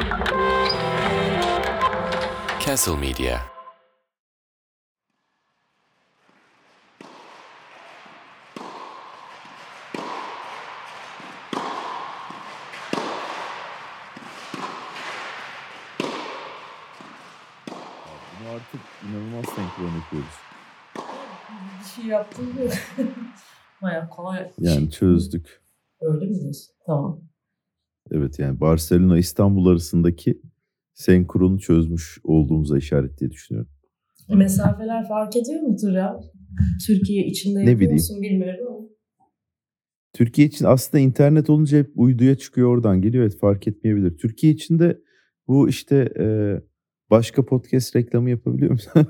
Castle Media. Bunu artık inanılmaz senkron yapıyoruz. Bir şey yaptım mı? Bayağı kolay. Yani çözdük. Öyle mi diyorsun? Tamam. Evet, yani Barcelona İstanbul arasındaki senkronu çözmüş olduğumuza işaret diye düşünüyorum. Mesafeler fark ediyor mudur ya? Türkiye içinde Ne yapıyor bileyim. musun bilmiyorum ama. Türkiye için aslında internet olunca hep uyduya çıkıyor, oradan geliyor. Evet, fark etmeyebilir. Türkiye için de bu işte başka podcast reklamı yapabiliyor musun?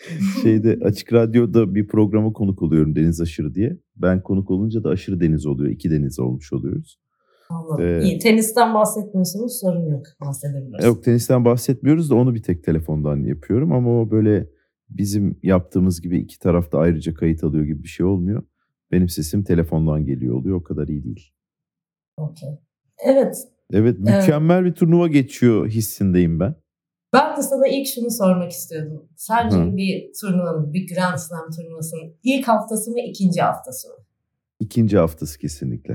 Açık Radyo'da bir programa konuk oluyorum, Deniz Aşırı diye. Ben konuk olunca da Aşırı Deniz oluyor. 2 deniz olmuş oluyoruz. Anladım. İyi, tenisten bahsetmiyorsanız sorun yok. Bahsedebiliriz. Yok, tenisten bahsetmiyoruz da onu bir tek telefondan yapıyorum. Ama o böyle bizim yaptığımız gibi iki tarafta ayrıca kayıt alıyor gibi bir şey olmuyor. Benim sesim telefondan geliyor oluyor. O kadar iyi değil. Okay. Evet. Evet, mükemmel bir turnuva geçiyor hissindeyim ben. Ben de sana ilk şunu sormak istiyordum. Sence bir turnuvanın, bir Grand Slam turnuvasının ilk haftası mı, ikinci haftası mı? İkinci haftası kesinlikle.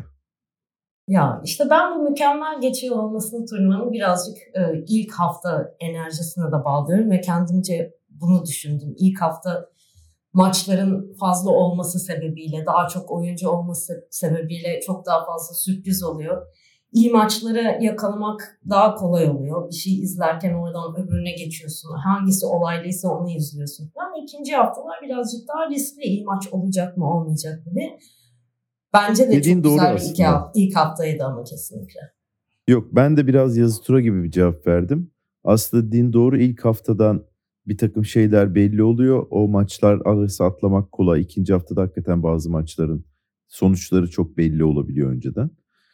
Ya işte ben bu mükemmel geçiyor olmasını turnuvanın birazcık ilk hafta enerjisine de bağlıyorum ve kendimce bunu düşündüm. İlk hafta maçların fazla olması sebebiyle, daha çok oyuncu olması sebebiyle çok daha fazla sürpriz oluyor. İyi maçları yakalamak daha kolay oluyor. Bir şey izlerken oradan öbürüne geçiyorsun. Hangisi olaylıysa onu izliyorsun. Yani ikinci haftalar birazcık daha riskli. İyi maç olacak mı olmayacak mı diye. Bence de dediğin çok güzel bir ilk haftaydı ama kesinlikle. Yok, ben de biraz yazı tura gibi bir cevap verdim. Aslında dediğin doğru, ilk haftadan bir takım şeyler belli oluyor. O maçlar arası atlamak kolay. İkinci haftada hakikaten bazı maçların sonuçları çok belli olabiliyor önceden.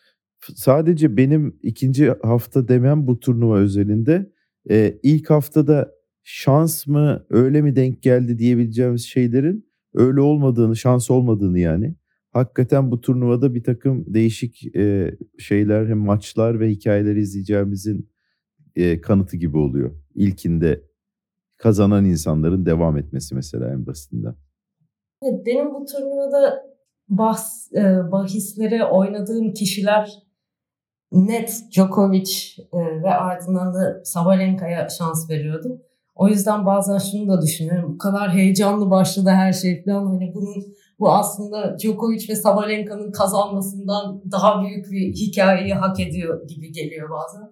Sadece benim ikinci hafta demem bu turnuva özelinde. İlk haftada şans mı öyle mi denk geldi diyebileceğimiz şeylerin öyle olmadığını, şans olmadığını yani. Hakikaten bu turnuvada bir takım değişik şeyler, hem maçlar ve hikayeler izleyeceğimizin kanıtı gibi oluyor. İlkinde kazanan insanların devam etmesi mesela, en basitinden. Evet, benim bu turnuvada bahislere oynadığım kişiler net Djokovic ve ardından da Sabalenka'ya şans veriyordum. O yüzden bazen şunu da düşünüyorum. Bu kadar heyecanlı başladı her şey falan. Hani bu aslında Djokovic ve Sabalenka'nın kazanmasından daha büyük bir hikayeyi hak ediyor gibi geliyor bazen.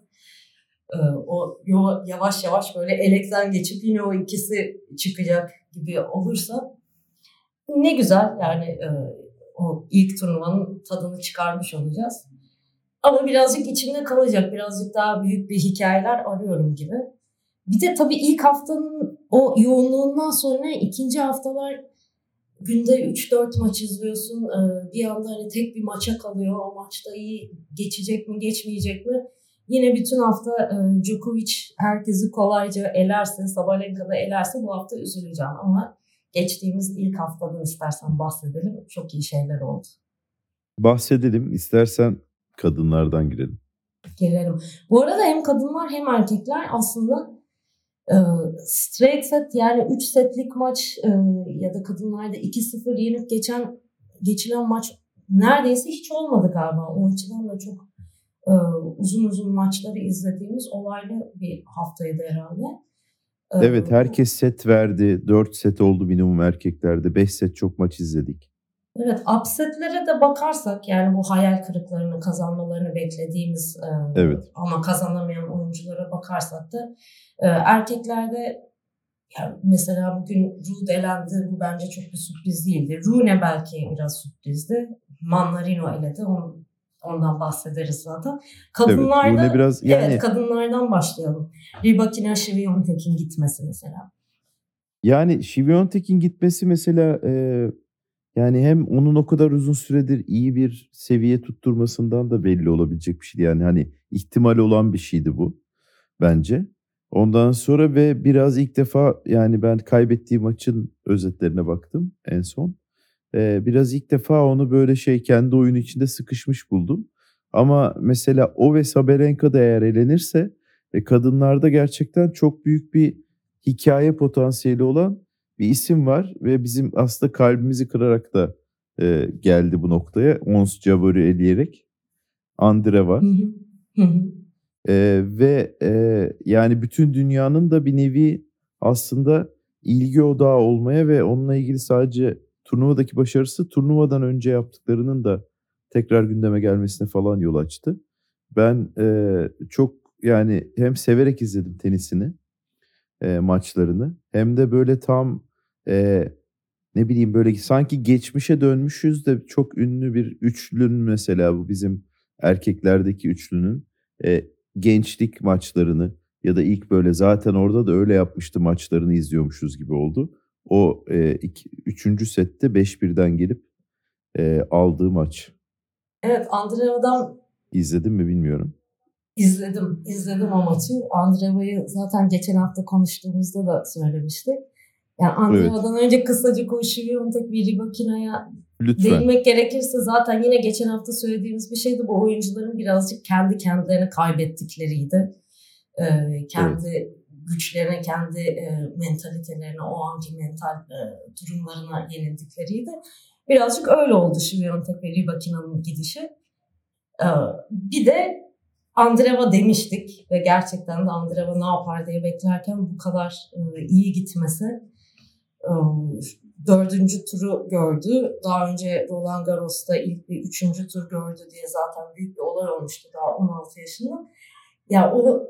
O yavaş yavaş böyle elekten geçip yine o ikisi çıkacak gibi olursa ne güzel yani o ilk turnuvanın tadını çıkarmış olacağız. Ama birazcık içimde kalacak, birazcık daha büyük bir hikayeler arıyorum gibi. Bir de tabii ilk haftanın o yoğunluğundan sonra ikinci haftalar günde 3-4 maç izliyorsun. Bir anda hani tek bir maça kalıyor. O maçta iyi geçecek mi, geçmeyecek mi? Yine bütün hafta Djokovic herkesi kolayca elerse, Sabalenka'da elerse bu hafta üzüleceğim. Ama geçtiğimiz ilk haftadan istersen bahsedelim. Çok iyi şeyler oldu. Bahsedelim. İstersen kadınlardan girelim. Girelim. Bu arada hem kadınlar hem erkekler aslında straight set, yani 3 setlik maç ya da kadınlarda 2-0 yenip geçilen maç neredeyse hiç olmadı galiba. O açıdan da çok uzun maçları izlediğimiz olaylı bir haftaydı herhalde. Evet, herkes set verdi. 4 set oldu minimum erkeklerde. 5 set çok maç izledik. Evet, upsetlere de bakarsak, yani bu hayal kırıklarını, kazanmalarını beklediğimiz ama kazanamayan oyunculara bakarsak da erkeklerde yani mesela bugün Ruud elendi. Bu bence çok bir sürpriz değildi. Rune belki biraz sürprizdi. Mannarino eledi. Ondan bahsederiz zaten. Kadınlarda, evet, Rune biraz yani... Evet, kadınlardan başlayalım. Rybakina Świątek'in gitmesi mesela. Yani Świątek'in gitmesi mesela yani hem onun o kadar uzun süredir iyi bir seviye tutturmasından da belli olabilecek bir şeydi. Yani hani ihtimal olan bir şeydi bu bence. Ondan sonra ve biraz ilk defa, yani ben kaybettiği maçın özetlerine baktım en son. Biraz ilk defa onu böyle kendi oyunu içinde sıkışmış buldum. Ama mesela o ve Sabalenka da eğer elenirse Kadınlarda gerçekten çok büyük bir hikaye potansiyeli olan bir isim var ve bizim aslında kalbimizi kırarak da geldi bu noktaya. Ons Jabeur'ü eleyerek. Andreeva. Hı hı. Hı hı. Ve yani bütün dünyanın da bir nevi aslında ilgi odağı olmaya ve onunla ilgili sadece turnuvadaki başarısı, turnuvadan önce yaptıklarının da tekrar gündeme gelmesine falan yol açtı. Ben çok yani hem severek izledim tenisini, maçlarını, hem de böyle tam ne bileyim böyle sanki geçmişe dönmüşüz de çok ünlü bir üçlünün, mesela bu bizim erkeklerdeki üçlünün gençlik maçlarını ya da ilk böyle zaten orada da öyle yapmıştı maçlarını izliyormuşuz gibi oldu. O üçüncü sette 5-1'den gelip aldığı maç. Evet, Andreeva'dan İzledin mi bilmiyorum. izledim o maçı. Andreeva'yı zaten geçen hafta konuştuğumuzda da söylemiştik. Yani Andreeva'dan önce kısacık o Świątek ve Rybakina'ya Lütfen. değinmek gerekirse zaten yine geçen hafta söylediğimiz bir şeydi. Bu oyuncuların birazcık kendi kendilerini kaybettikleriydi. Kendi güçlerine, kendi mentalitelerine, o anki mental durumlarına yenildikleriydi. Birazcık öyle oldu Świątek ve Rybakina'nın gidişi. Bir de Andreeva demiştik ve gerçekten de Andreeva ne yapar diye beklerken bu kadar iyi gitmesi. 4. turu gördü. Daha önce Roland Garros'ta ilk bir 3. tur gördü diye zaten büyük bir olay olmuştu daha 16 yaşında. Ya o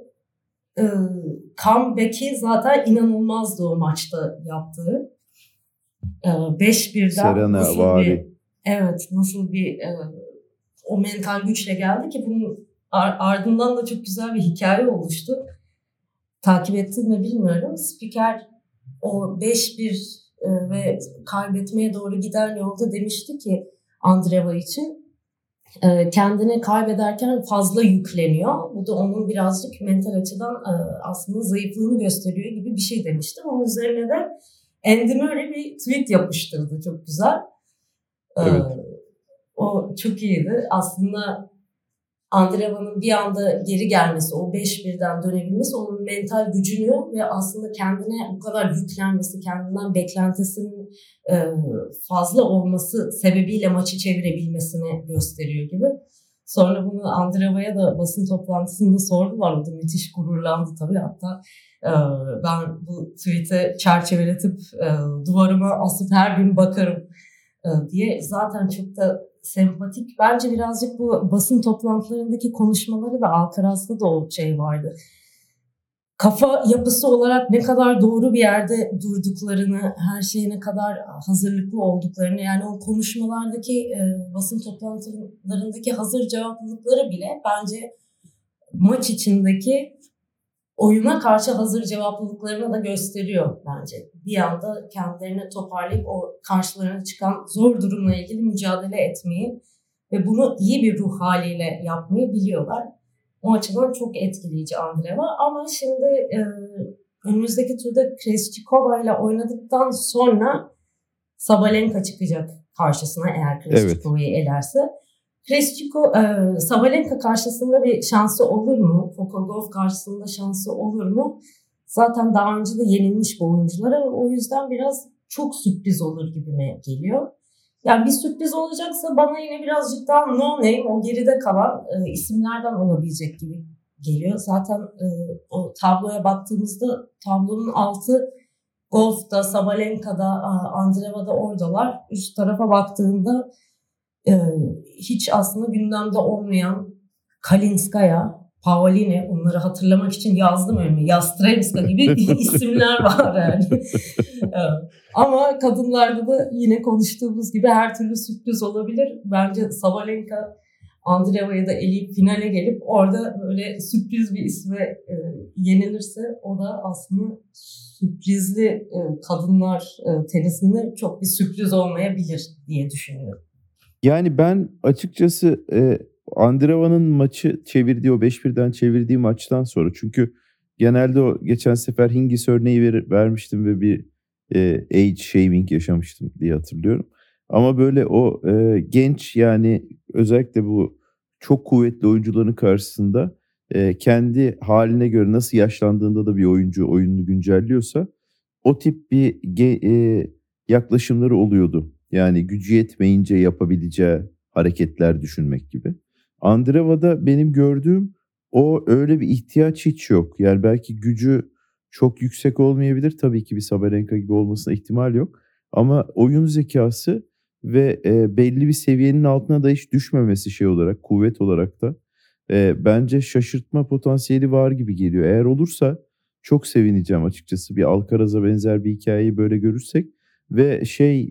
comeback'i zaten inanılmazdı o maçta yaptığı. 5-1'den Serena nasıl vari. nasıl bir o mental güçle geldi ki bunun ardından da çok güzel bir hikaye oluştu. Takip ettin mi bilmiyorum. Spiker o 5-1 ve kaybetmeye doğru giden yolda demişti ki Andreeva için kendini kaybederken fazla yükleniyor. Bu da onun birazcık mental açıdan aslında zayıflığını gösteriyor gibi bir şey demişti. Onun üzerine de Andy Murray bir tweet yapıştırdı. Çok güzel. Evet. O çok iyiydi. Aslında Andreeva'nın bir anda geri gelmesi, o 5-1'den dönebilmesi, onun mental gücünü ve aslında kendine bu kadar yüklenmesi, kendinden beklentisinin fazla olması sebebiyle maçı çevirebilmesini gösteriyor gibi. Sonra bunu Andreeva'ya da basın toplantısında sordular. O da müthiş gururlandı tabii. Hatta ben bu tweet'e çerçeveletip duvarıma asıp her gün bakarım diye. Zaten çok da sempatik. Bence birazcık bu basın toplantılarındaki konuşmaları da Alcaraz'da da o şey vardı. Kafa yapısı olarak ne kadar doğru bir yerde durduklarını, her şeye ne kadar hazırlıklı olduklarını, yani o konuşmalardaki basın toplantılarındaki hazır cevaplılıkları bile bence maç içindeki oyuna karşı hazır cevaplılıklarını da gösteriyor bence. Bir anda kendilerini toparlayıp o karşılarına çıkan zor durumla ilgili mücadele etmeyi ve bunu iyi bir ruh haliyle yapmayı biliyorlar. O açıdan çok etkileyici Andreeva. Ama şimdi önümüzdeki turda Krejcikova ile oynadıktan sonra Sabalenka çıkacak karşısına eğer Krejcikova'yı elerse. Sabalenka karşısında bir şansı olur mu? Fokogov karşısında şansı olur mu? Zaten daha önce de yenilmiş bu oyunculara. O yüzden biraz çok sürpriz olur gibime geliyor. Yani bir sürpriz olacaksa bana yine birazcık daha no name, o geride kalan isimlerden olabilecek gibi geliyor. Zaten o tabloya baktığımızda tablonun altı Golf'ta, Sabalenka'da, Andreeva'da oradalar. Üst tarafa baktığında hiç aslında gündemde olmayan Kalinskaya, Paolini, onları hatırlamak için yazdım önüme. Yastremska gibi isimler var yani. Ama kadınlarda da yine konuştuğumuz gibi her türlü sürpriz olabilir. Bence Sabalenka Andreeva'yı da eleyip finale gelip orada böyle sürpriz bir isme yenilirse o da aslında sürprizli kadınlar tenisinde çok bir sürpriz olmayabilir diye düşünüyorum. Yani ben açıkçası Andreeva'nın maçı çevirdiği, o 5-1'den çevirdiği maçtan sonra, çünkü genelde o geçen sefer Hingis örneği vermiştim ve bir age shaving yaşamıştım diye hatırlıyorum. Ama böyle o genç, yani özellikle bu çok kuvvetli oyuncuların karşısında kendi haline göre nasıl yaşlandığında da bir oyuncu oyununu güncelliyorsa o tip bir yaklaşımları oluyordu. Yani gücü yetmeyince yapabileceği hareketler düşünmek gibi. Andreva'da benim gördüğüm o öyle bir ihtiyaç hiç yok. Yani belki gücü çok yüksek olmayabilir. Tabii ki bir Sabalenka gibi olmasına ihtimal yok. Ama oyun zekası ve belli bir seviyenin altına da hiç düşmemesi şey olarak, kuvvet olarak da bence şaşırtma potansiyeli var gibi geliyor. Eğer olursa çok sevineceğim açıkçası. Bir Alcaraz'a benzer bir hikayeyi böyle görürsek ve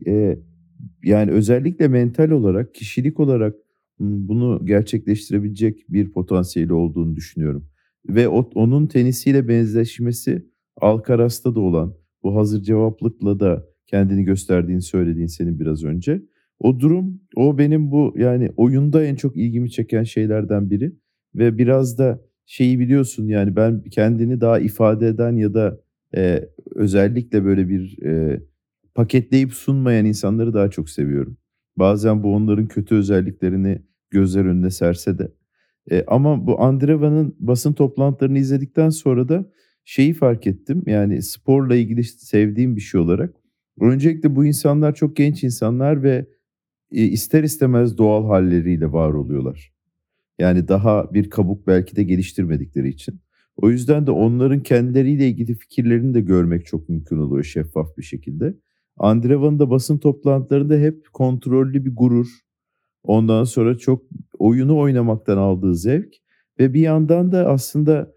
yani özellikle mental olarak, kişilik olarak bunu gerçekleştirebilecek bir potansiyeli olduğunu düşünüyorum. Ve onun tenisiyle benzeşmesi Alcaraz'ta da olan bu hazır cevaplıkla da kendini gösterdiğini söylediğin senin biraz önce. O durum, o benim bu yani oyunda en çok ilgimi çeken şeylerden biri. Ve biraz da şeyi biliyorsun yani ben kendini daha ifade eden ya da özellikle böyle bir paketleyip sunmayan insanları daha çok seviyorum. Bazen bu onların kötü özelliklerini gözler önüne serse de. Ama bu Andreva'nın basın toplantılarını izledikten sonra da şeyi fark ettim. Yani sporla ilgili sevdiğim bir şey olarak. Öncelikle bu insanlar çok genç insanlar ve ister istemez doğal halleriyle var oluyorlar. Yani daha bir kabuk belki de geliştirmedikleri için. O yüzden de onların kendileriyle ilgili fikirlerini de görmek çok mümkün oluyor şeffaf bir şekilde. Andreva'nın da basın toplantılarında hep kontrollü bir gurur. Ondan sonra çok oyunu oynamaktan aldığı zevk ve bir yandan da aslında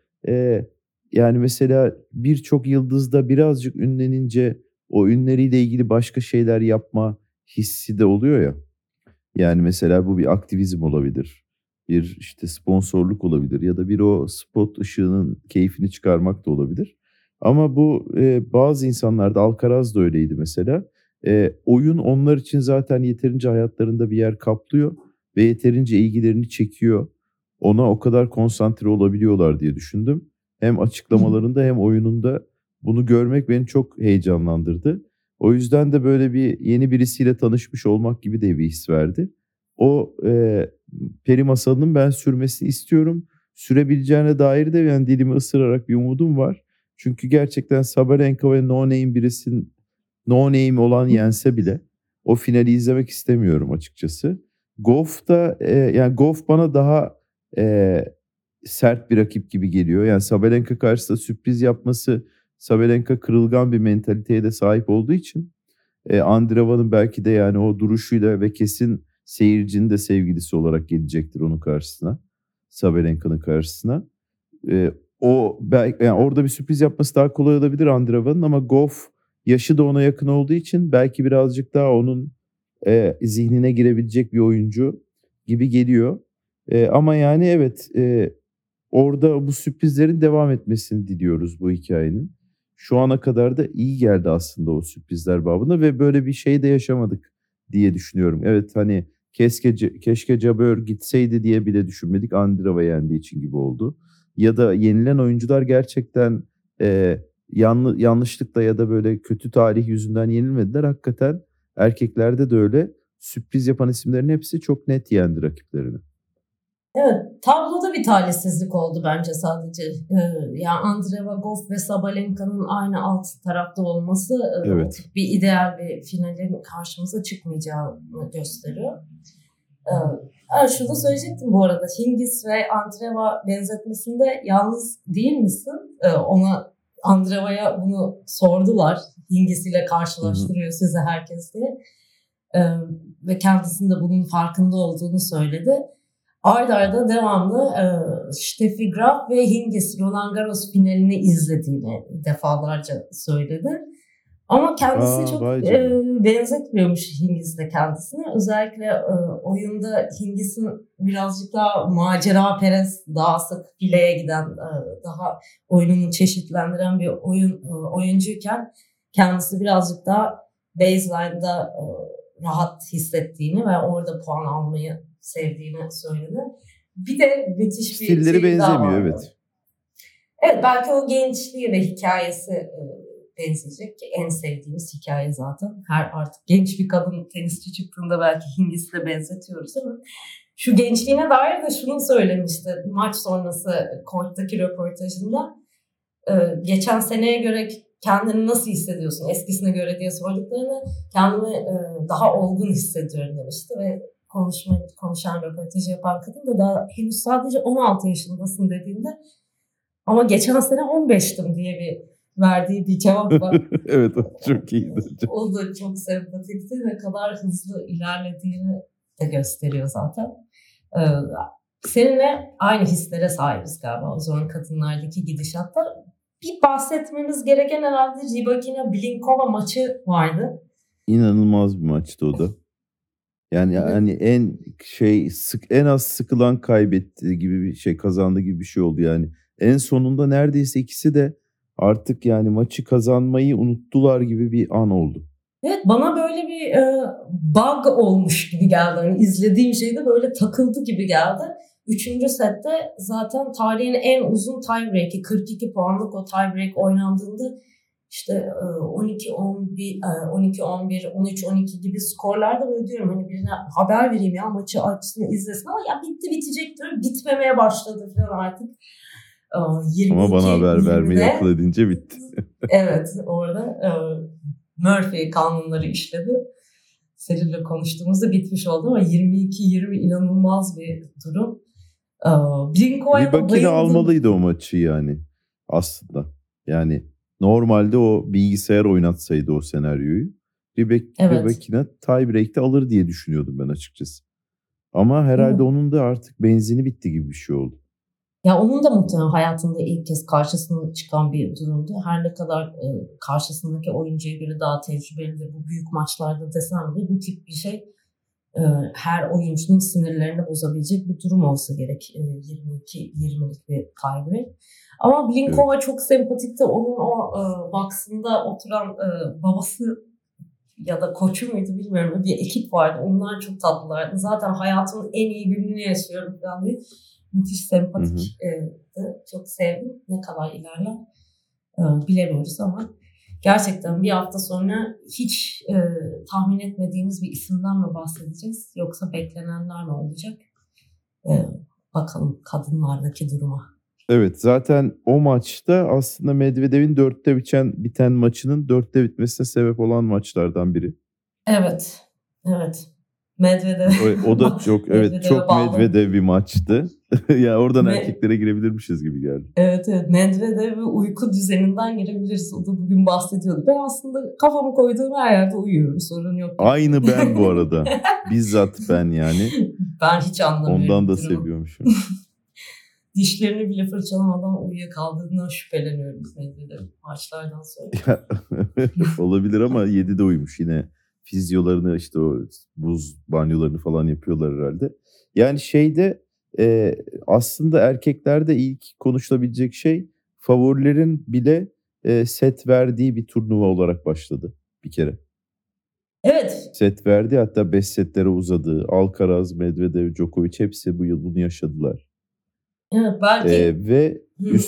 yani mesela birçok yıldızda birazcık ünlenince o ünleriyle ilgili başka şeyler yapma hissi de oluyor ya. Yani mesela bu bir aktivizm olabilir. Bir işte sponsorluk olabilir ya da bir o spot ışığının keyfini çıkarmak da olabilir. Ama bu bazı insanlarda Alcaraz da öyleydi mesela. Oyun onlar için zaten yeterince hayatlarında bir yer kaplıyor ve yeterince ilgilerini çekiyor. Ona o kadar konsantre olabiliyorlar diye düşündüm. Hem açıklamalarında hem oyununda bunu görmek beni çok heyecanlandırdı. O yüzden de böyle bir yeni birisiyle tanışmış olmak gibi de bir his verdi. O peri masalının ben sürmesini istiyorum. Sürebileceğine dair de yani dilimi ısırarak bir umudum var. Çünkü gerçekten Sabalenka ve No Name birisinin No Name olan yense bile o finali izlemek istemiyorum açıkçası. Goff da yani Goff bana daha e, sert bir rakip gibi geliyor. Yani Sabalenka karşısında sürpriz yapması Sabalenka kırılgan bir mentaliteye de sahip olduğu için Andreva'nın belki de yani o duruşuyla ve kesin seyircinin de sevgilisi olarak gelecektir onun karşısına. Sabalenka'nın karşısına. O belki yani orada bir sürpriz yapması daha kolay olabilir Andreva'nın ama Goff yaşı da ona yakın olduğu için belki birazcık daha onun zihnine girebilecek bir oyuncu gibi geliyor. Ama yani evet orada bu sürprizlerin devam etmesini diliyoruz bu hikayenin. Şu ana kadar da iyi geldi aslında o sürprizler babında ve böyle bir şey de yaşamadık diye düşünüyorum. Evet hani keşke Jabeur gitseydi diye bile düşünmedik. Andreva yendiği için gibi oldu. Ya da yenilen oyuncular gerçekten yanlışlıkla ya da böyle kötü tarih yüzünden yenilmediler. Hakikaten erkeklerde de öyle. Sürpriz yapan isimlerin hepsi çok net yendi rakiplerini. Evet, tabloda bir talihsizlik oldu bence sadece. Yani Andreeva, Goff ve Sabalenka'nın aynı alt tarafta olması Evet. bir ideal bir finalin karşımıza çıkmayacağını gösteriyor. Şunu söyleyecektim bu arada. Hingis ve Andreeva benzetmesinde yalnız değil misin? Ona Andreeva'ya bunu sordular. Hingis ile karşılaştırıyor sizi herkes diye. Ve kendisinin de bunun farkında olduğunu söyledi. Arda arda devamlı Steffi Graf ve Hingis Roland Garros finalini izlediğini defalarca söyledi. Ama kendisi çok benzetmiyormuş Hingis'le kendisine. Özellikle oyunda Hingis'in birazcık daha maceraperest, daha sık fileye giden, daha oyununu çeşitlendiren bir oyuncuyken kendisi birazcık daha baseline'da rahat hissettiğini ve orada puan almayı sevdiğini söyledi. Bir de müthiş bir stilleri şey daha benzemiyor vardı. evet. Evet belki o gençliği ve hikayesi benzeyecek ki en sevdiğimiz hikaye zaten. Her artık genç bir kadın tenisçi çıktığında belki Hingis'le benzetiyoruz ama Şu gençliğine dair de şunu söylemişti maç sonrası korttaki röportajında. Geçen seneye göre kendini nasıl hissediyorsun eskisine göre diye sorduklarını, kendimi daha olgun hissediyorum demişti ve konuşan röportajı yapan kadın da daha henüz sadece 16 yaşındasın dediğinde ama geçen sene 15'tim diye verdiği bir cevap var. Evet, o çok iyiydi. O da çok sempatikti. Ne kadar hızlı ilerlediğini de gösteriyor zaten. Seninle aynı hislere sahibiz galiba o zaman kadınlardaki gidişatta. Bir bahsetmemiz gereken herhalde Rybakina Blinkova maçı vardı. İnanılmaz bir maçtı o da. Yani en az sıkılan kaybetti gibi bir şey, kazandı gibi bir şey oldu yani. En sonunda neredeyse ikisi de artık yani maçı kazanmayı unuttular gibi bir an oldu. Evet, bana böyle bir bug olmuş gibi geldi. Yani izlediğim şeyde böyle takıldı gibi geldi. 3. sette zaten tarihin en uzun tiebreak'i 42 puanlık o tiebreak oynandığında işte 12-11, 12-11, 13-12 gibi skorlarda böyle diyorum hani birine haber vereyim ya maçı açsın izlesin ama ya bitti bitecek diyorum. Bitmemeye başladı falan artık. 22, ama bana haber vermeyi 20'de, akıl edince bitti. Evet, orada Murphy kanunları işledi. Seninle konuştuğumuzda bitmiş oldu ama 22-20 inanılmaz bir durum. Blinkova'ya Rybakina bayıldım. almalıydı o maçı yani aslında. Yani normalde o bilgisayar oynatsaydı o senaryoyu. Evet. Rybakina tiebreak'te alır diye düşünüyordum ben açıkçası. Ama herhalde onun da artık benzini bitti gibi bir şey oldu. Ya onun da muhtemelen hayatında ilk kez karşısına çıkan bir durumdu. Her ne kadar karşısındaki oyuncuya göre daha tecrübelidir bu büyük maçlarda desem de bu tip bir şey her oyuncunun sinirlerini bozabilecek bir durum olsa gerek. 22-20'lik bir tiebreak. Ama Blinkova çok sempatikti. Onun o box'ında oturan babası ya da koçu muydu bilmiyorum. Bir ekip vardı. Onlar çok tatlılardı. Zaten hayatımın en iyi gününü yaşıyorum falan diye. Müthiş sempatik. Çok sevdim. Ne kadar ilerler bilemiyoruz ama gerçekten bir hafta sonra hiç tahmin etmediğimiz bir isimden mi bahsedeceğiz yoksa beklenenler mi olacak? Bakalım kadınlardaki duruma. Evet, zaten o maçta aslında Medvedev'in 4'te biten maçının 4'te bitmesine sebep olan maçlardan biri. Evet. Medvedev. O da çok çok Medvedev bir maçtı. Ya oradan erkeklere girebilirmişiz gibi geldi. Evet. Medvedev ve uyku düzeninden girebiliriz. O da bugün bahsediyordu. Ben aslında kafamı koyduğum her yerde uyuyorum. Sorun yok. Aynı ben bu arada. Bizzat ben yani. Ben hiç anlamıyorum. Ondan da seviyormuşum. Dişlerini bile fırçalamadan uyuyakaldığından şüpheleniyorum Medvedev maçlardan sonra. Olabilir ama 7'de uyumuş yine. Fizyolarını işte o buz banyolarını falan yapıyorlar herhalde. Yani aslında erkeklerde ilk konuşulabilecek şey favorilerin bile set verdiği bir turnuva olarak başladı bir kere. Evet. Set verdi, hatta 5 setlere uzadı. Alcaraz, Medvedev, Djokovic hepsi bu yıl bunu yaşadılar. Evet, belki. Ve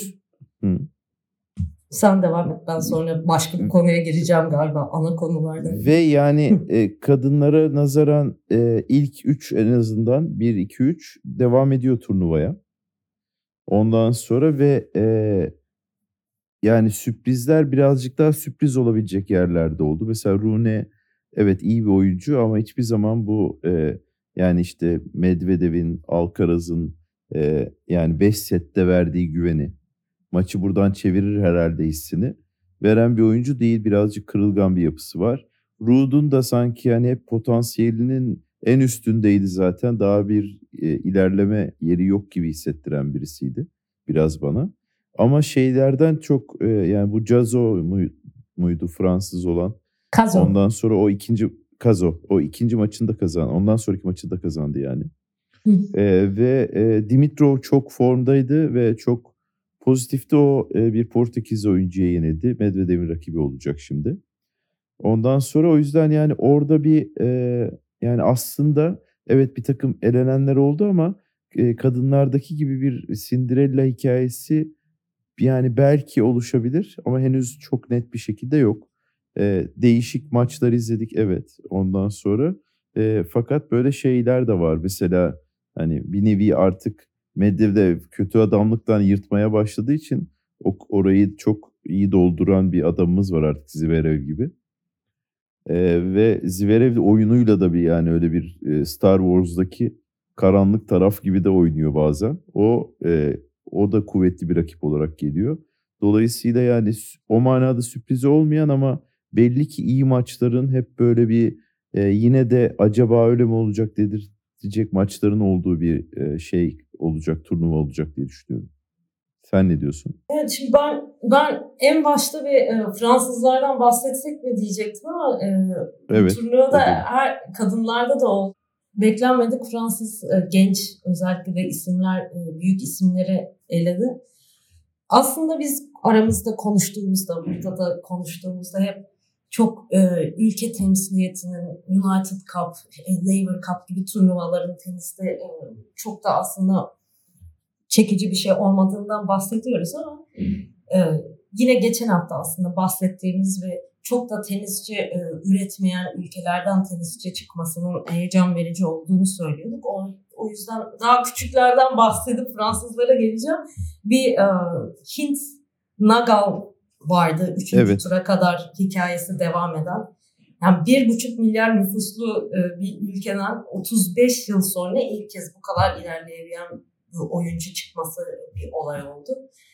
Sen devam et. Ben sonra başka bir konuya gireceğim galiba ana konulardan. Ve yani kadınlara nazaran ilk 3 en azından 1-2-3 devam ediyor turnuvaya. Ondan sonra ve yani sürprizler birazcık daha sürpriz olabilecek yerlerde oldu. Mesela Rune evet iyi bir oyuncu ama hiçbir zaman bu yani işte Medvedev'in, Alcaraz'ın yani 5 sette verdiği güveni, maçı buradan çevirir herhalde hissini veren bir oyuncu değil. Birazcık kırılgan bir yapısı var. Ruud'un da sanki yani hep potansiyelinin en üstündeydi zaten. Daha bir ilerleme yeri yok gibi hissettiren birisiydi biraz bana. Ama şeylerden çok yani bu Cazo muydu Fransız olan? Cazo. Ondan sonra o ikinci maçını da kazandı. Ondan sonraki maçı da kazandı yani. Ve Dimitrov çok formdaydı ve çok pozitifti. O bir Portekiz oyuncuya yenildi. Medvedev'in rakibi olacak şimdi. Ondan sonra o yüzden yani orada bir yani aslında evet bir takım elenenler oldu ama kadınlardaki gibi bir Cinderella hikayesi yani belki oluşabilir ama henüz çok net bir şekilde yok. Değişik maçlar izledik evet ondan sonra. Fakat böyle şeyler de var. Mesela Hani bir nevi artık medyada kötü adamlıktan yırtmaya başladığı için orayı çok iyi dolduran bir adamımız var artık, Zverev gibi. Ve Zverev oyunuyla da bir yani öyle bir Star Wars'daki karanlık taraf gibi de oynuyor bazen. O da kuvvetli bir rakip olarak geliyor. Dolayısıyla yani o manada sürpriz olmayan ama belli ki iyi maçların hep böyle bir yine de acaba öyle mi olacak dedirtecek maçların olduğu bir şey olacak, turnuva olacak diye düşünüyorum. Sen ne diyorsun? Evet, şimdi ben en başta bir Fransızlardan bahsetsek mi diyecektim ama Evet, bu turnuvada edelim. her kadınlarda da oldu. Beklenmedik Fransız genç özellikle isimler, büyük isimleri eledi. Aslında biz aramızda konuştuğumuzda, burada da konuştuğumuzda hep çok ülke temsiliyetinin United Cup, Laver Cup gibi turnuvaların teniste çok da aslında çekici bir şey olmadığından bahsediyoruz ama yine geçen hafta aslında bahsettiğimiz ve çok da tenisçi üretmeyen ülkelerden tenisçi çıkmasının heyecan verici olduğunu söylüyorduk. O yüzden daha küçüklerden bahsedip Fransızlara geleceğim. Bir Hint Nagal vardı 3. tura kadar hikayesi devam eden. Yani 1,5 milyar nüfuslu bir ülkeden 35 yıl sonra ilk kez bu kadar ilerleyebilen oyuncu çıkması bir olay oldu.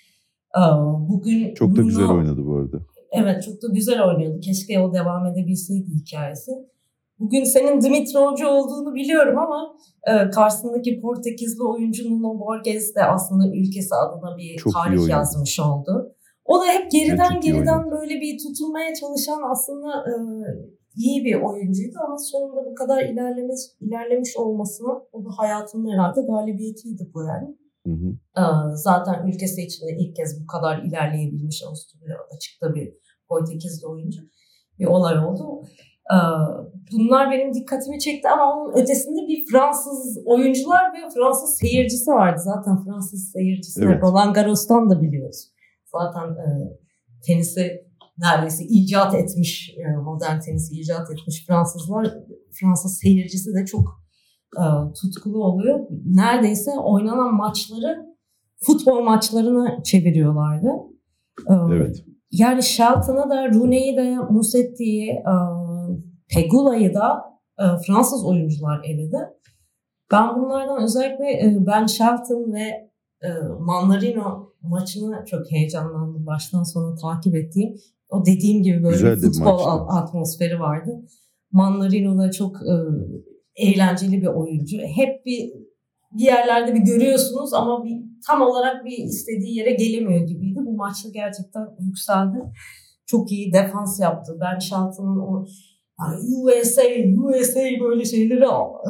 Bugün çok da güzel oynadı bu arada. Evet, çok da güzel oynuyordu. Keşke o devam edebilseydi hikayesi. Bugün senin Dimitrovic olduğunu biliyorum ama karşısındaki Portekizli oyuncu Nuno Borges de aslında ülkesi adına bir çok tarih yazmış oldu. O da hep geriden böyle bir tutunmaya çalışan aslında iyi bir oyuncuydu ama sonunda bu kadar ilerlemiş olmasına o da hayatının herhalde galibiyetiydi bu yani. Hı hı. Zaten ülkesi içinde ilk kez bu kadar ilerleyebilmiş Avusturya açıkta bir Portekizli oyuncu bir olay oldu. Bunlar benim dikkatimi çekti ama onun ötesinde bir Fransız oyuncular ve Fransız seyircisi vardı. Zaten Fransız seyircisi Roland Garros'tan da biliyoruz. Zaten tenisi neredeyse icat etmiş, modern tenisi icat etmiş Fransızlar. Fransız seyircisi de çok tutkulu oluyor. Neredeyse oynanan maçları futbol maçlarına çeviriyorlardı. Evet. Yani Shelton'ı da, Rooney'i de, Musetti'yi, Pegula'yı da Fransız oyuncular eledi. Ben bunlardan özellikle Ben Shelton ve Mannarino maçını çok heyecanlandım. Baştan sona takip ettiğim. O dediğim gibi böyle güzel bir futbol atmosferi vardı. Mannarino da çok eğlenceli bir oyuncu. Hep bir yerlerde bir görüyorsunuz ama tam olarak bir istediği yere gelemiyor gibiydi. Bu maçta gerçekten yükseldi. Çok iyi defans yaptı. Ben Shelton'un o USA böyle şeyleri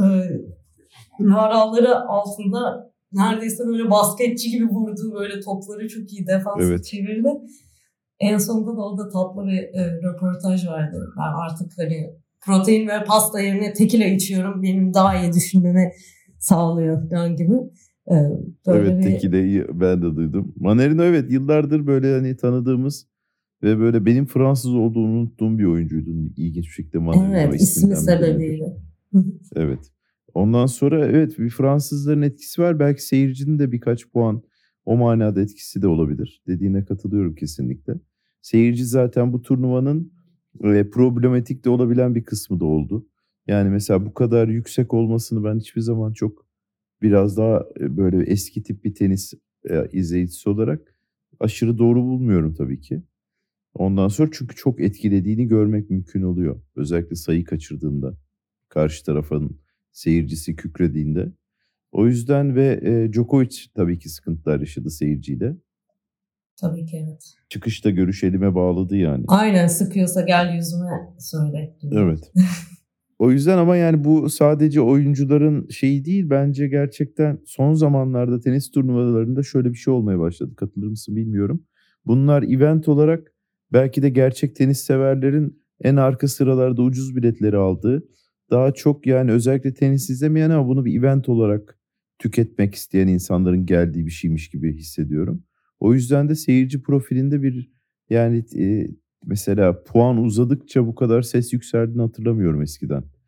naraları altında neredeyse böyle basketçi gibi vurduğu böyle topları çok iyi defans çevirdi. En sonunda da o da tatlı bir röportaj verdi. Ben artık hani protein ve pasta yerine tekila içiyorum. Benim daha iyi düşünmeme sağlıyor falan gibi. Evet, tekilayı ben de duydum. Mannarino yıllardır böyle hani tanıdığımız ve böyle benim Fransız olduğunu unuttuğum bir oyuncuydu. İlginç bir şekilde Mannarino evet, ismi sebebiyle. Evet. Ondan sonra bir Fransızların etkisi var. Belki seyircinin de birkaç puan o manada etkisi de olabilir. Dediğine katılıyorum kesinlikle. Seyirci zaten bu turnuvanın problematik de olabilen bir kısmı da oldu. Yani mesela bu kadar yüksek olmasını ben hiçbir zaman çok biraz daha böyle eski tip bir tenis izleyicisi olarak aşırı doğru bulmuyorum tabii ki. Ondan sonra çünkü çok etkilediğini görmek mümkün oluyor. Özellikle sayı kaçırdığında, karşı tarafın seyircisi kükrediğinde. O yüzden ve Djokovic tabii ki sıkıntılar yaşadı seyirciyle. Tabii ki evet. Çıkışta görüşelime bağladı yani. Aynen, sıkıyorsa gel yüzüme söyle gibi. Evet. O yüzden ama yani bu sadece oyuncuların şeyi değil, bence gerçekten son zamanlarda tenis turnuvalarında şöyle bir şey olmaya başladı. Katılır mısın bilmiyorum. Bunlar event olarak belki de gerçek tenis severlerin en arka sıralarda ucuz biletleri aldığı, daha çok yani özellikle tenis izlemeyen ama bunu bir event olarak tüketmek isteyen insanların geldiği bir şeymiş gibi hissediyorum. O yüzden de seyirci profilinde bir yani mesela puan uzadıkça bu kadar ses yükseldiğini hatırlamıyorum eskiden.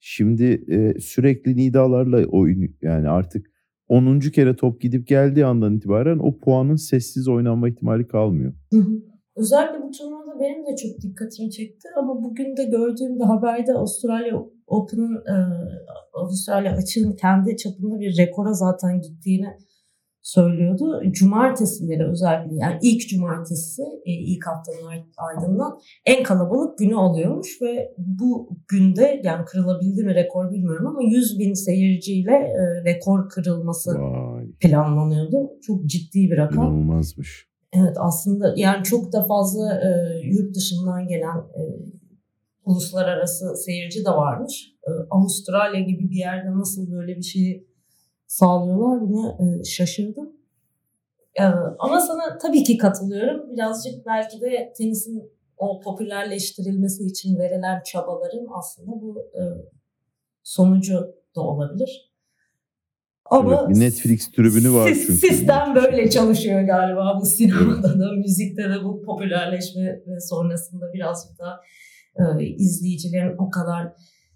Şimdi sürekli nidalarla oyun, yani artık 10. kere top gidip geldiği andan itibaren o puanın sessiz oynanma ihtimali kalmıyor. Hı hı. Özellikle bu turnuvada benim de çok dikkatimi çekti ama bugün de gördüğüm bir haberde Avustralya Open'ın Avustralya açığın kendi çapında bir rekora zaten gittiğini söylüyordu. Cumartesileri özellikle, yani ilk cumartesi ilk haftanın ardından en kalabalık günü oluyormuş ve bu günde, yani kırılabildi mi rekor bilmiyorum ama 100.000 seyirciyle rekor kırılması Vay, planlanıyordu. Çok ciddi bir rakam. inanılmazmış. Evet, aslında yani çok da fazla yurt dışından gelen uluslararası seyirci de varmış. Avustralya gibi bir yerde nasıl böyle bir şeyi sağlıyorlar, buna şaşırdım. Ama sana tabii ki katılıyorum. Birazcık belki de tenisin o popülerleştirilmesi için verilen çabaların aslında bu sonucu da olabilir. Ama Evet, bir Netflix tribünü var çünkü. Sistem böyle çalışıyor galiba bu sinemada da, müzikte de bu popülerleşme ve sonrasında birazcık daha izleyicilerin o kadar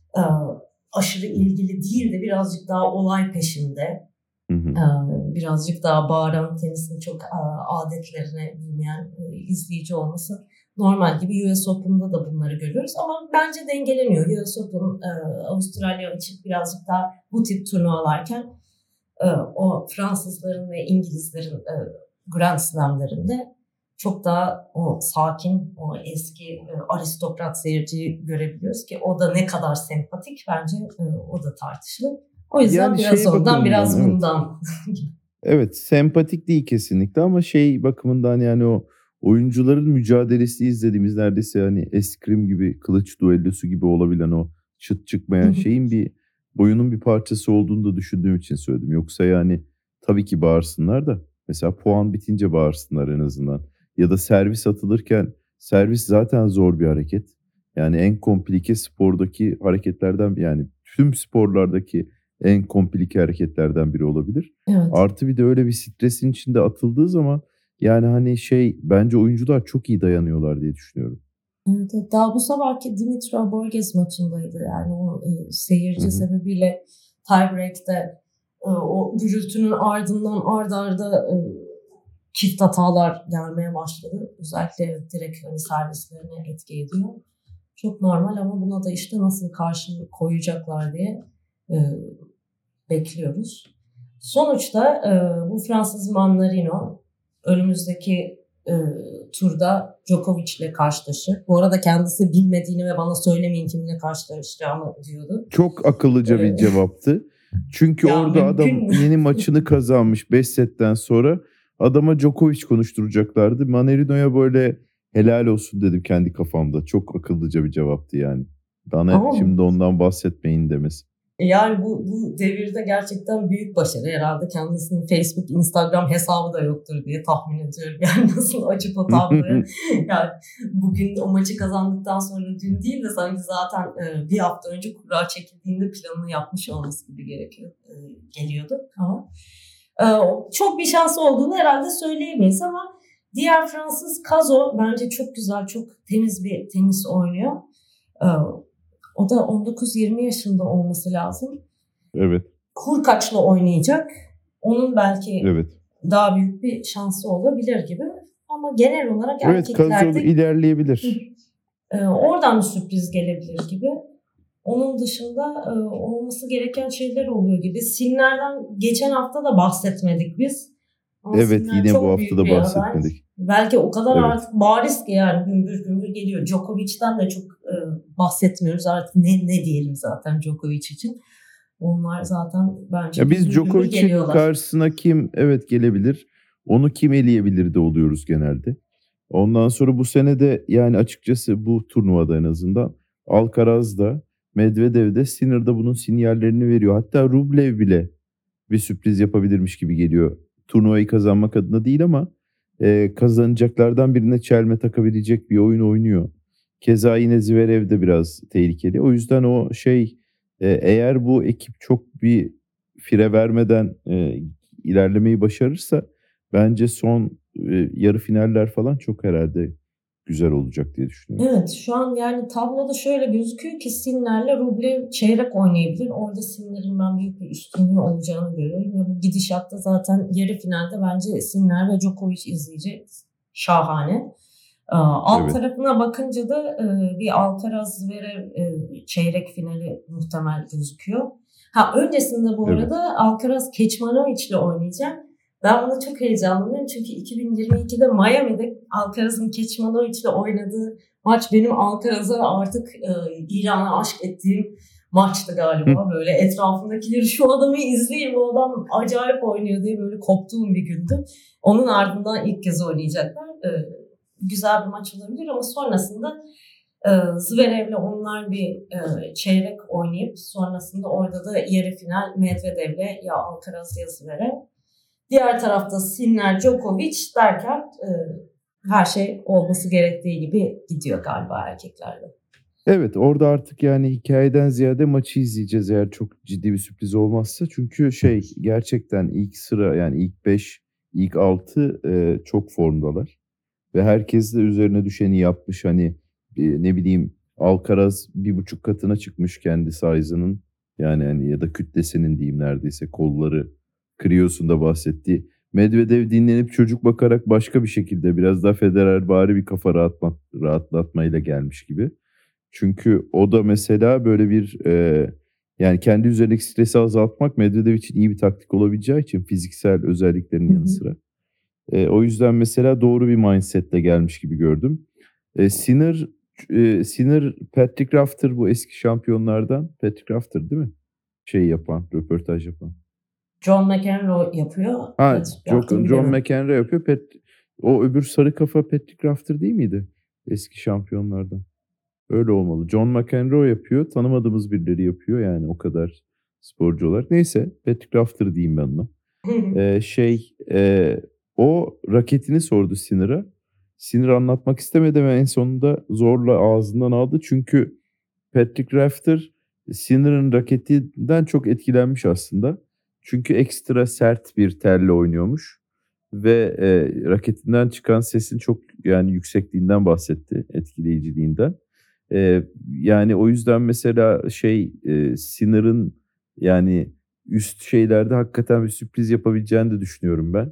aşırı ilgili değil de birazcık daha olay peşinde. Hı hı. Birazcık daha bağıran, tenisin çok adetlerine uymayan izleyici olması normal gibi. US Open'da da bunları görüyoruz ama bence dengeleniyor. US Open, Avustralya açık birazcık daha bu tip turnuvalarken o Fransızların ve İngilizlerin Grand Slam'lerinde çok daha o sakin, o eski aristokrat seyirciyi görebiliyoruz ki o da ne kadar sempatik, bence o da tartışılır. O yüzden Yani biraz şey ondan biraz bakımından, evet. bundan. Evet, sempatik değil kesinlikle ama şey bakımından, yani o oyuncuların mücadelesi izlediğimiz, neredeyse hani eskrim gibi, kılıç düellosu gibi olabilen o çıt çıkmayan şeyin bir oyunun bir parçası olduğunu da düşündüğüm için söyledim. Yoksa yani tabii ki bağırsınlar da, mesela puan bitince bağırsınlar en azından. Ya da servis atılırken, servis zaten zor bir hareket. Yani en komplike spordaki hareketlerden, yani tüm sporlardaki en komplike hareketlerden biri olabilir. Evet. Artı bir de öyle bir stresin içinde atıldığı zaman, yani hani şey, bence oyuncular çok iyi dayanıyorlar diye düşünüyorum. Evet, daha bu sabahki Dimitra Borges maçındaydı. Yani o seyirci Hı hı. sebebiyle tiebreak'te o gürültünün ardından ard arda çift hatalar gelmeye başladı. Özellikle direkt hani servislerine etki ediyor. Çok normal ama buna da işte nasıl karşılık koyacaklar diye bekliyoruz. Sonuçta bu Fransız Mannarino önümüzdeki turda Djokovic ile karşılaşır. Bu arada kendisi bilmediğini ve bana söylemeyin kiminle karşılaşacağımı diyordu. Çok akıllıca bir cevaptı. Çünkü Ya orada adam mümkün mü? yeni maçını kazanmış 5 setten sonra, adama Djokovic konuşturacaklardı. Mannarino'ya böyle helal olsun dedim kendi kafamda. Çok akıllıca bir cevaptı yani. Bana Ama şimdi ondan bahsetmeyin demesi. yani bu devirde gerçekten büyük başarı herhalde. Kendisinin Facebook, Instagram hesabı da yoktur diye tahmin ediyorum. Yani nasıl açıp o tabloya. Yani bugün o maçı kazandıktan sonra, dün değil de sanki zaten bir hafta önce kura çekildiğinde planını yapmış olması gibi geliyordu. Ama çok bir şansı olduğunu herhalde söyleyemeyiz ama diğer Fransız Cazo bence çok güzel, çok temiz bir tenis oynuyor. O da 19-20 yaşında olması lazım. Evet. Hurkaç'la oynayacak. Onun belki Evet. daha büyük bir şansı olabilir gibi. Ama genel olarak Evet, Cazo erkeklerde ilerleyebilir. oradan bir sürpriz gelebilir gibi. Onun dışında olması gereken şeyler oluyor gibi. Sinner'den geçen hafta da bahsetmedik biz. Ama Evet, Sinner yine bu çok hafta büyük da bir aday. bahsetmedik. Belki o kadar Evet. artık bariz ki yani gümbür gümbür geliyor. Djokovic'ten de çok bahsetmiyoruz artık, ne diyelim zaten Djokovic için. Onlar zaten bence Ya biz gümbür gümbür Djokovic'in geliyorlar. karşısına kim gelebilir, onu kim eleyebilir de oluyoruz genelde. Ondan sonra bu sene de, yani açıkçası bu turnuvada en azından Alcaraz'da, Medvedev'de, Sinner'da bunun sinyallerini veriyor. Hatta Rublev bile bir sürpriz yapabilirmiş gibi geliyor. Turnuvayı kazanmak adına değil ama kazanacaklardan birine çelme takabilecek bir oyun oynuyor. Keza yine Zverev de biraz tehlikeli. O yüzden o şey, eğer bu ekip çok bir fire vermeden ilerlemeyi başarırsa, bence son yarı finaller falan çok herhalde güzel olacak diye düşünüyorum. Evet, şu an yani tabloda şöyle gözüküyor ki Sinner'le Rublev çeyrek oynayabilir. Orada Sinner'in ben büyük bir üstünlüğü olacağını görüyorum. Ve bu gidişatta zaten yarı finalde bence Sinner ve Djokovic izleyeceğiz. Şahane. Alt Evet. tarafına bakınca da bir Alcaraz Zverev çeyrek finali muhtemel gözüküyor. Öncesinde bu Evet. arada Alcaraz Kecmanovic'le oynayacak. Ben buna çok heyecanlanıyorum çünkü 2022'de Miami'de Alcaraz'ın Kecmanovic'le oynadığı maç benim Alcaraz'a artık İran'a aşk ettiğim maçtı galiba. Böyle etrafındakileri şu adamı izleyin, bu adam acayip oynuyor diye böyle koptuğum bir gündü. Onun ardından ilk kez oynayacaklar. Güzel bir maç olabilir ama sonrasında Zverev'le onlar bir çeyrek oynayıp sonrasında orada da yarı final Medvedev'le ya Alcaraz ya Zverev. Diğer tarafta Sinner, Djokovic derken her şey olması gerektiği gibi gidiyor galiba erkeklerde. Evet, orada artık yani hikayeden ziyade maçı izleyeceğiz eğer çok ciddi bir sürpriz olmazsa. Çünkü gerçekten ilk sıra yani ilk 5, ilk 6 çok formdalar. Ve herkes de üzerine düşeni yapmış. Hani ne bileyim Alcaraz 1,5 katına çıkmış kendi size'ının. Yani hani ya da kütlesinin diyeyim neredeyse kolları Krios'un bahsettiği. Medvedev dinlenip çocuk bakarak başka bir şekilde biraz daha Federer bari bir kafa rahatlatmayla gelmiş gibi. Çünkü o da mesela böyle bir yani kendi üzerindeki stresi azaltmak Medvedev için iyi bir taktik olabileceği için fiziksel özelliklerinin yanı sıra. O yüzden mesela doğru bir mindsetle gelmiş gibi gördüm. Sinner, Patrick Rafter bu eski şampiyonlardan. Patrick Rafter değil mi? Röportaj yapan. John McEnroe yapıyor. Evet, yaptığını John bilemem. McEnroe yapıyor. O öbür sarı kafa Patrick Rafter değil miydi? Eski şampiyonlardan. Öyle olmalı. John McEnroe yapıyor. Tanımadığımız birileri yapıyor yani o kadar sporcu olarak. Neyse Patrick Rafter diyeyim ben ona. O raketini sordu Sinner'a. Sinner anlatmak istemedi ve en sonunda zorla ağzından aldı. Çünkü Patrick Rafter Sinner'ın raketinden çok etkilenmiş aslında. Çünkü ekstra sert bir telle oynuyormuş. Ve raketinden çıkan sesin çok yani yüksekliğinden bahsetti, etkileyiciliğinden. Yani o yüzden mesela Sinner'ın yani üst şeylerde hakikaten bir sürpriz yapabileceğini de düşünüyorum ben.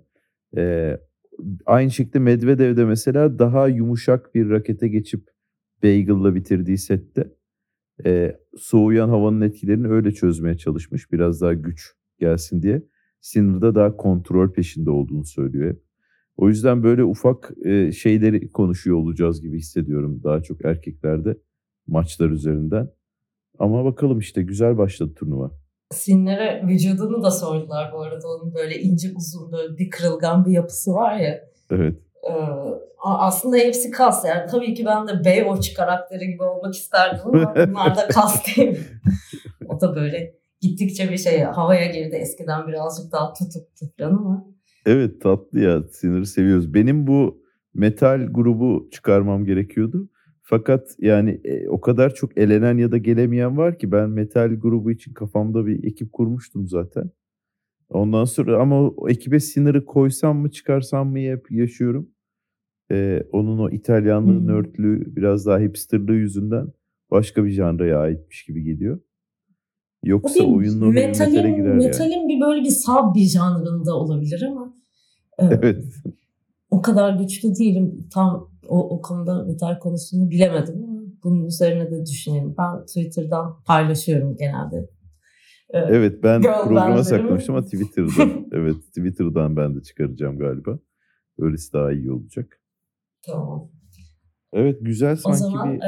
Aynı şekilde Medvedev de mesela daha yumuşak bir rakete geçip bagel'la bitirdiği sette soğuyan havanın etkilerini öyle çözmeye çalışmış. Biraz daha güç gelsin diye. Sinner'da daha kontrol peşinde olduğunu söylüyor hep. O yüzden böyle ufak şeyleri konuşuyor olacağız gibi hissediyorum daha çok erkeklerde maçlar üzerinden. Ama bakalım işte güzel başladı turnuva. Sinner'e vücudunu da sordular bu arada. Onun böyle ince uzun böyle bir kırılgan bir yapısı var ya. Evet. Aslında hepsi kas yani. Tabii ki ben de Baywatch karakteri gibi olmak isterdim ama bunlar da kas değil mi? O da böyle gittikçe bir havaya girdi. Eskiden birazcık daha tutuktu falan ama. Evet tatlı ya. Sinner'ı seviyoruz. Benim bu metal grubu çıkarmam gerekiyordu. Fakat yani o kadar çok elenen ya da gelemeyen var ki ben metal grubu için kafamda bir ekip kurmuştum zaten. Ondan sonra ama o ekibe Sinner'ı koysam mı çıkarsam mı hep yaşıyorum. Onun o İtalyanlığı, nörtlüğü, biraz daha hipsterlığı yüzünden başka bir janraya aitmiş gibi geliyor. Yoksa oyunlu heavy metal'e girer yani. Metalin bir böyle bir sub bir janrında olabilir ama evet. O kadar güçlü değilim. Tam o konuda metal konusunu bilemedim ama bunun üzerine de düşünelim. Ben Twitter'dan paylaşıyorum genelde. Evet ben programa saklamıştım ama Twitter'da. Evet Twitter'dan ben de çıkaracağım galiba. Öylesi daha iyi olacak. Tamam. Evet güzel sanki o zaman,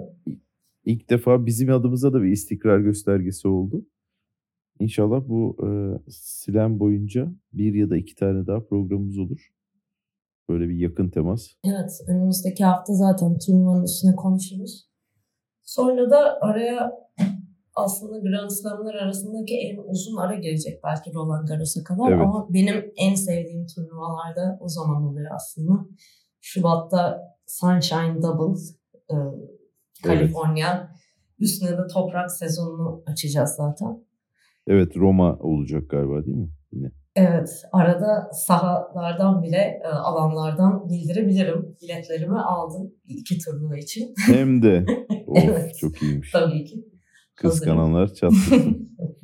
ilk defa bizim adımıza da bir istikrar göstergesi oldu. İnşallah bu Slam boyunca 1 ya da 2 tane daha programımız olur. Böyle bir yakın temas. Evet önümüzdeki hafta zaten turnuvanın üstüne konuşuruz. Sonra da araya aslında Grand Slam'lar arasındaki en uzun ara girecek belki Roland Garros'a kadar. Evet. Ama benim en sevdiğim turnuvalarda o zaman oluyor aslında. Şubat'ta Sunshine Double, Kaliforniya. Evet. Üstüne de toprak sezonunu açacağız zaten. Evet Roma olacak galiba değil mi? Yine. Evet, arada sahalardan bile alanlardan bildirebilirim. Biletlerimi aldım 2 turnuva için. Hem de of Evet, çok iyiymiş. tabii ki. Hazırım. Kıskananlar çatlasın.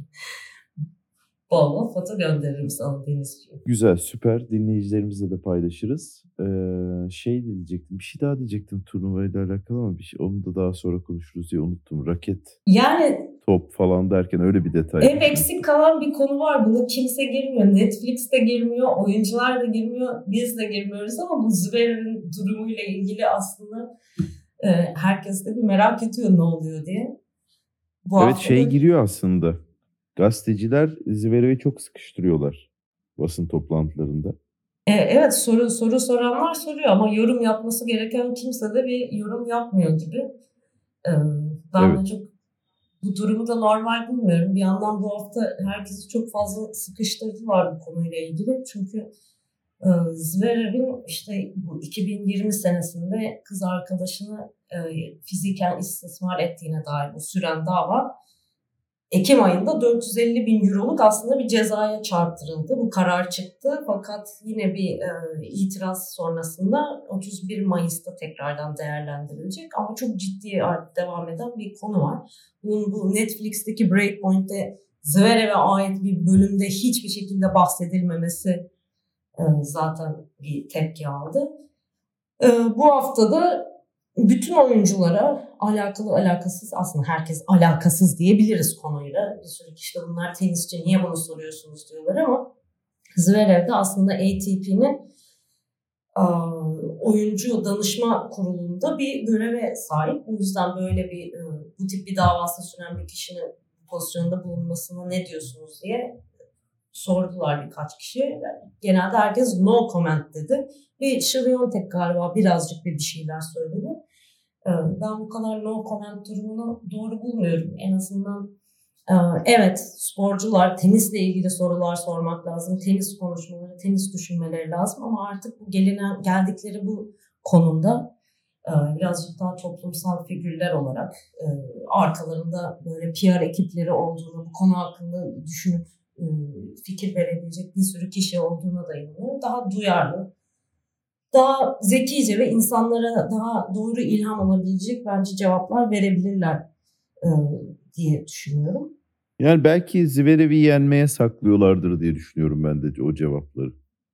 Bol bol foto gönderirim sana Denizciğim. Güzel, süper. Dinleyicilerimizle de paylaşırız. Şey diyecektim, bir şey daha diyecektim turnuvayla alakalı ama onu da daha sonra konuşuruz diye unuttum. Raket, Yani top falan derken öyle bir detay. hep eksik kalan bir konu var. Buna kimse girmiyor. Netflix de girmiyor, oyuncular da girmiyor, biz de girmiyoruz ama bu Zverev'in durumuyla ilgili aslında herkes de bir merak ediyor ne oluyor diye. Bu Evet, hafta da giriyor aslında. Gazeteciler Zverev'i çok sıkıştırıyorlar basın toplantılarında. evet, soru soranlar soruyor ama yorum yapması gereken kimse de bir yorum yapmıyor gibi. Ben Evet. de çok bu durumu da normal bulmuyorum. Bir yandan bu hafta herkesi çok fazla sıkıştırdılar bu konuyla ilgili. Çünkü Zverev'in işte bu 2020 senesinde kız arkadaşını fiziken istismar ettiğine dair bu süren dava Ekim ayında 450 bin euroluk aslında bir cezaya çarptırıldı. Bu karar çıktı fakat yine bir itiraz sonrasında 31 Mayıs'ta tekrardan değerlendirilecek. Ama çok ciddi devam eden bir konu var. Bunun bu Netflix'teki Breakpoint'te Zverev'e ait bir bölümde hiçbir şekilde bahsedilmemesi zaten bir tepki aldı. Bu haftada bütün oyunculara alakasız aslında herkes alakasız diyebiliriz konuyla. Bir sürü kişi de bunlar tenisçi niye bunu soruyorsunuz diyorlar ama Zverev de aslında ATP'nin oyuncu danışma kurulunda bir göreve sahip. O yüzden böyle bir bu tip bir davası süren bir kişinin pozisyonda bulunmasına ne diyorsunuz diye sordular birkaç kişi. Genelde herkes no comment dedi. Ve Śriontek galiba birazcık bir şeyler söyledi. Ben bu kadar no comment durumunu doğru bulmuyorum. En azından evet, sporcular tenisle ilgili sorular sormak lazım. Tenis konuşmaları, tenis düşünmeleri lazım ama artık bu geldikleri bu konumda birazcık daha toplumsal figürler olarak arkalarında böyle PR ekipleri olduğunu, bu konu hakkında düşünüp fikir verebilecek bir sürü kişi olduğuna da inanıyorum. Daha duyarlı, daha zekice ve insanlara daha doğru ilham olabilecek bence cevaplar verebilirler diye düşünüyorum. Yani belki Zverev'i yenmeye saklıyorlardır diye düşünüyorum ben de o cevapları.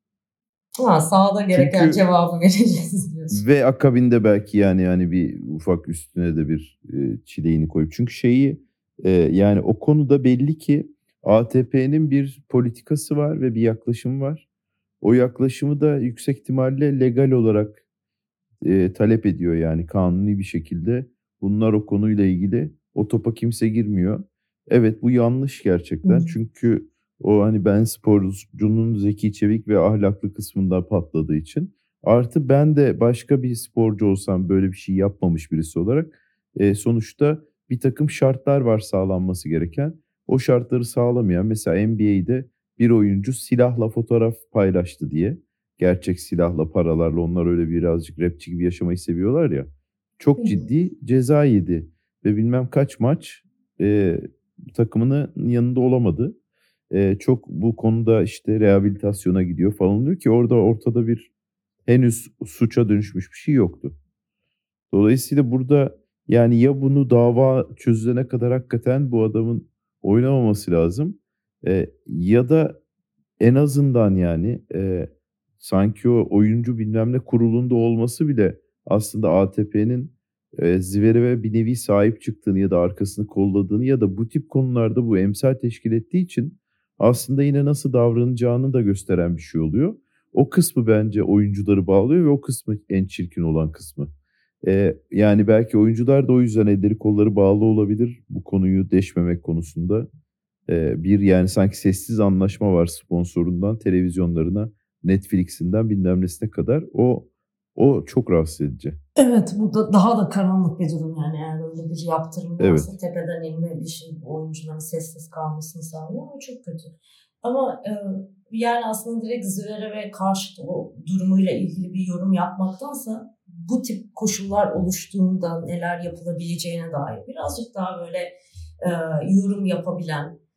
Sahada gereken cevabı vereceğiz diyorsun. Ve akabinde belki yani bir ufak üstüne de bir çileğini koyup. Çünkü yani o konuda belli ki ATP'nin bir politikası var ve bir yaklaşımı var. O yaklaşımı da yüksek ihtimalle legal olarak talep ediyor yani kanuni bir şekilde. Bunlar o konuyla ilgili o topa kimse girmiyor. Evet, bu yanlış gerçekten. Çünkü o hani ben sporcunun zeki, çevik ve ahlaklı kısmında patladığı için. Artı ben de başka bir sporcu olsam böyle bir şey yapmamış birisi olarak sonuçta bir takım şartlar var sağlanması gereken. O şartları sağlamayan mesela NBA'de bir oyuncu silahla fotoğraf paylaştı diye. Gerçek silahla, paralarla onlar öyle birazcık rapçi gibi yaşamayı seviyorlar ya. Çok ciddi ceza yedi ve bilmem kaç maç takımının yanında olamadı. Çok bu konuda işte rehabilitasyona gidiyor falan diyor ki ortada bir henüz suça dönüşmüş bir şey yoktu. Dolayısıyla burada yani ya bunu dava çözülene kadar hakikaten bu adamın oynamaması lazım ya da en azından yani sanki o oyuncu bilmem ne kurulunda olması bile aslında ATP'nin Zverev'e bir nevi sahip çıktığını ya da arkasını kolladığını ya da bu tip konularda bu emsal teşkil ettiği için aslında yine nasıl davranacağını da gösteren bir şey oluyor. O kısmı bence oyuncuları bağlıyor ve o kısmı en çirkin olan kısmı. Yani belki oyuncular da o yüzden elleri kolları bağlı olabilir bu konuyu deşmemek konusunda. Bir yani sanki sessiz anlaşma var sponsorundan televizyonlarına, Netflix'inden bilmem nesine kadar. O çok rahatsız edici. Evet, bu da daha da karanlık bir durum yani eğer öyle bir yaptırım varsa tepeden inme bir şey oyuncuların sessiz kalmasını sağlıyor ama çok kötü. Ama yani aslında direkt Zverev'e karşı o durumuyla ilgili bir yorum yapmaktansa bu tip koşullar oluştuğunda neler yapılabileceğine dair birazcık daha böyle yorum yapabilen,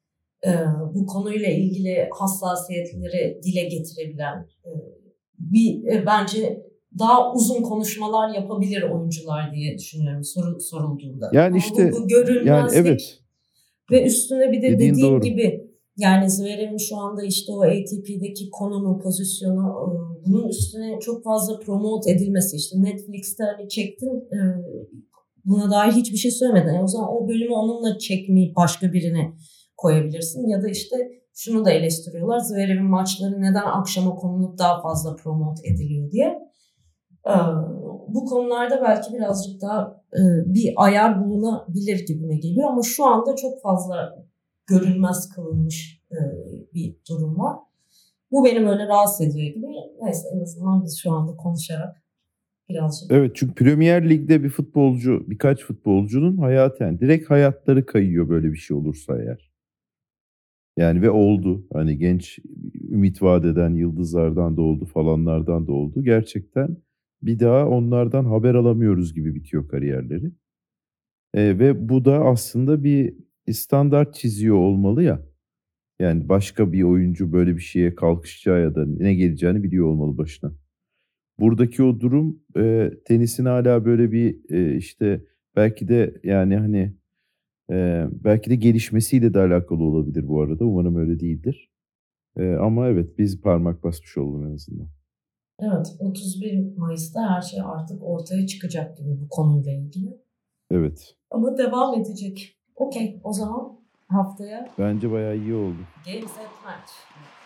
bu konuyla ilgili hassasiyetleri dile getirebilen bence daha uzun konuşmalar yapabilir oyuncular diye düşünüyorum sorulduğunda. Yani ama işte bu görünmezlik yani evet, ve üstüne bir de dediğin dediğim doğru. gibi yani Zverev'in şu anda işte o ATP'deki konumu, pozisyonu, bunun üstüne çok fazla promote edilmesi, işte Netflix'te hani çektin, buna dair hiçbir şey söylemeden. Yani o zaman o bölümü onunla çekmeyip başka birine koyabilirsin. Ya da işte şunu da eleştiriyorlar. Zverev'in maçları neden akşama konulup daha fazla promote ediliyor diye. Bu konularda belki birazcık daha bir ayar bulunabilir gibime geliyor. Ama şu anda çok fazla görünmez kılınmış bir durum var. Bu beni böyle rahatsız ediyor gibi. Neyse, en azından biz şu anda konuşarak birazcık. Evet, çünkü Premier Lig'de birkaç futbolcunun hayaten direkt hayatları kayıyor böyle bir şey olursa eğer. Yani ve oldu. Hani genç ümit vaat eden yıldızlardan da oldu, falanlardan da oldu. Gerçekten bir daha onlardan haber alamıyoruz gibi bitiyor kariyerleri. Ve bu da aslında bir standart çiziyor olmalı ya. Yani başka bir oyuncu böyle bir şeye kalkışacağı ya da ne geleceğini biliyor olmalı başına. Buradaki o durum tenisin hala böyle bir işte belki de yani hani belki de gelişmesiyle de alakalı olabilir bu arada. Umarım öyle değildir. Ama evet, biz parmak basmış oldum en azından. Evet, 31 Mayıs'ta her şey artık ortaya çıkacak gibi bu konuyla ilgili. Evet. Ama devam edecek. Okey, o zaman haftaya Bence bayağı iyi oldu. Game Set Match.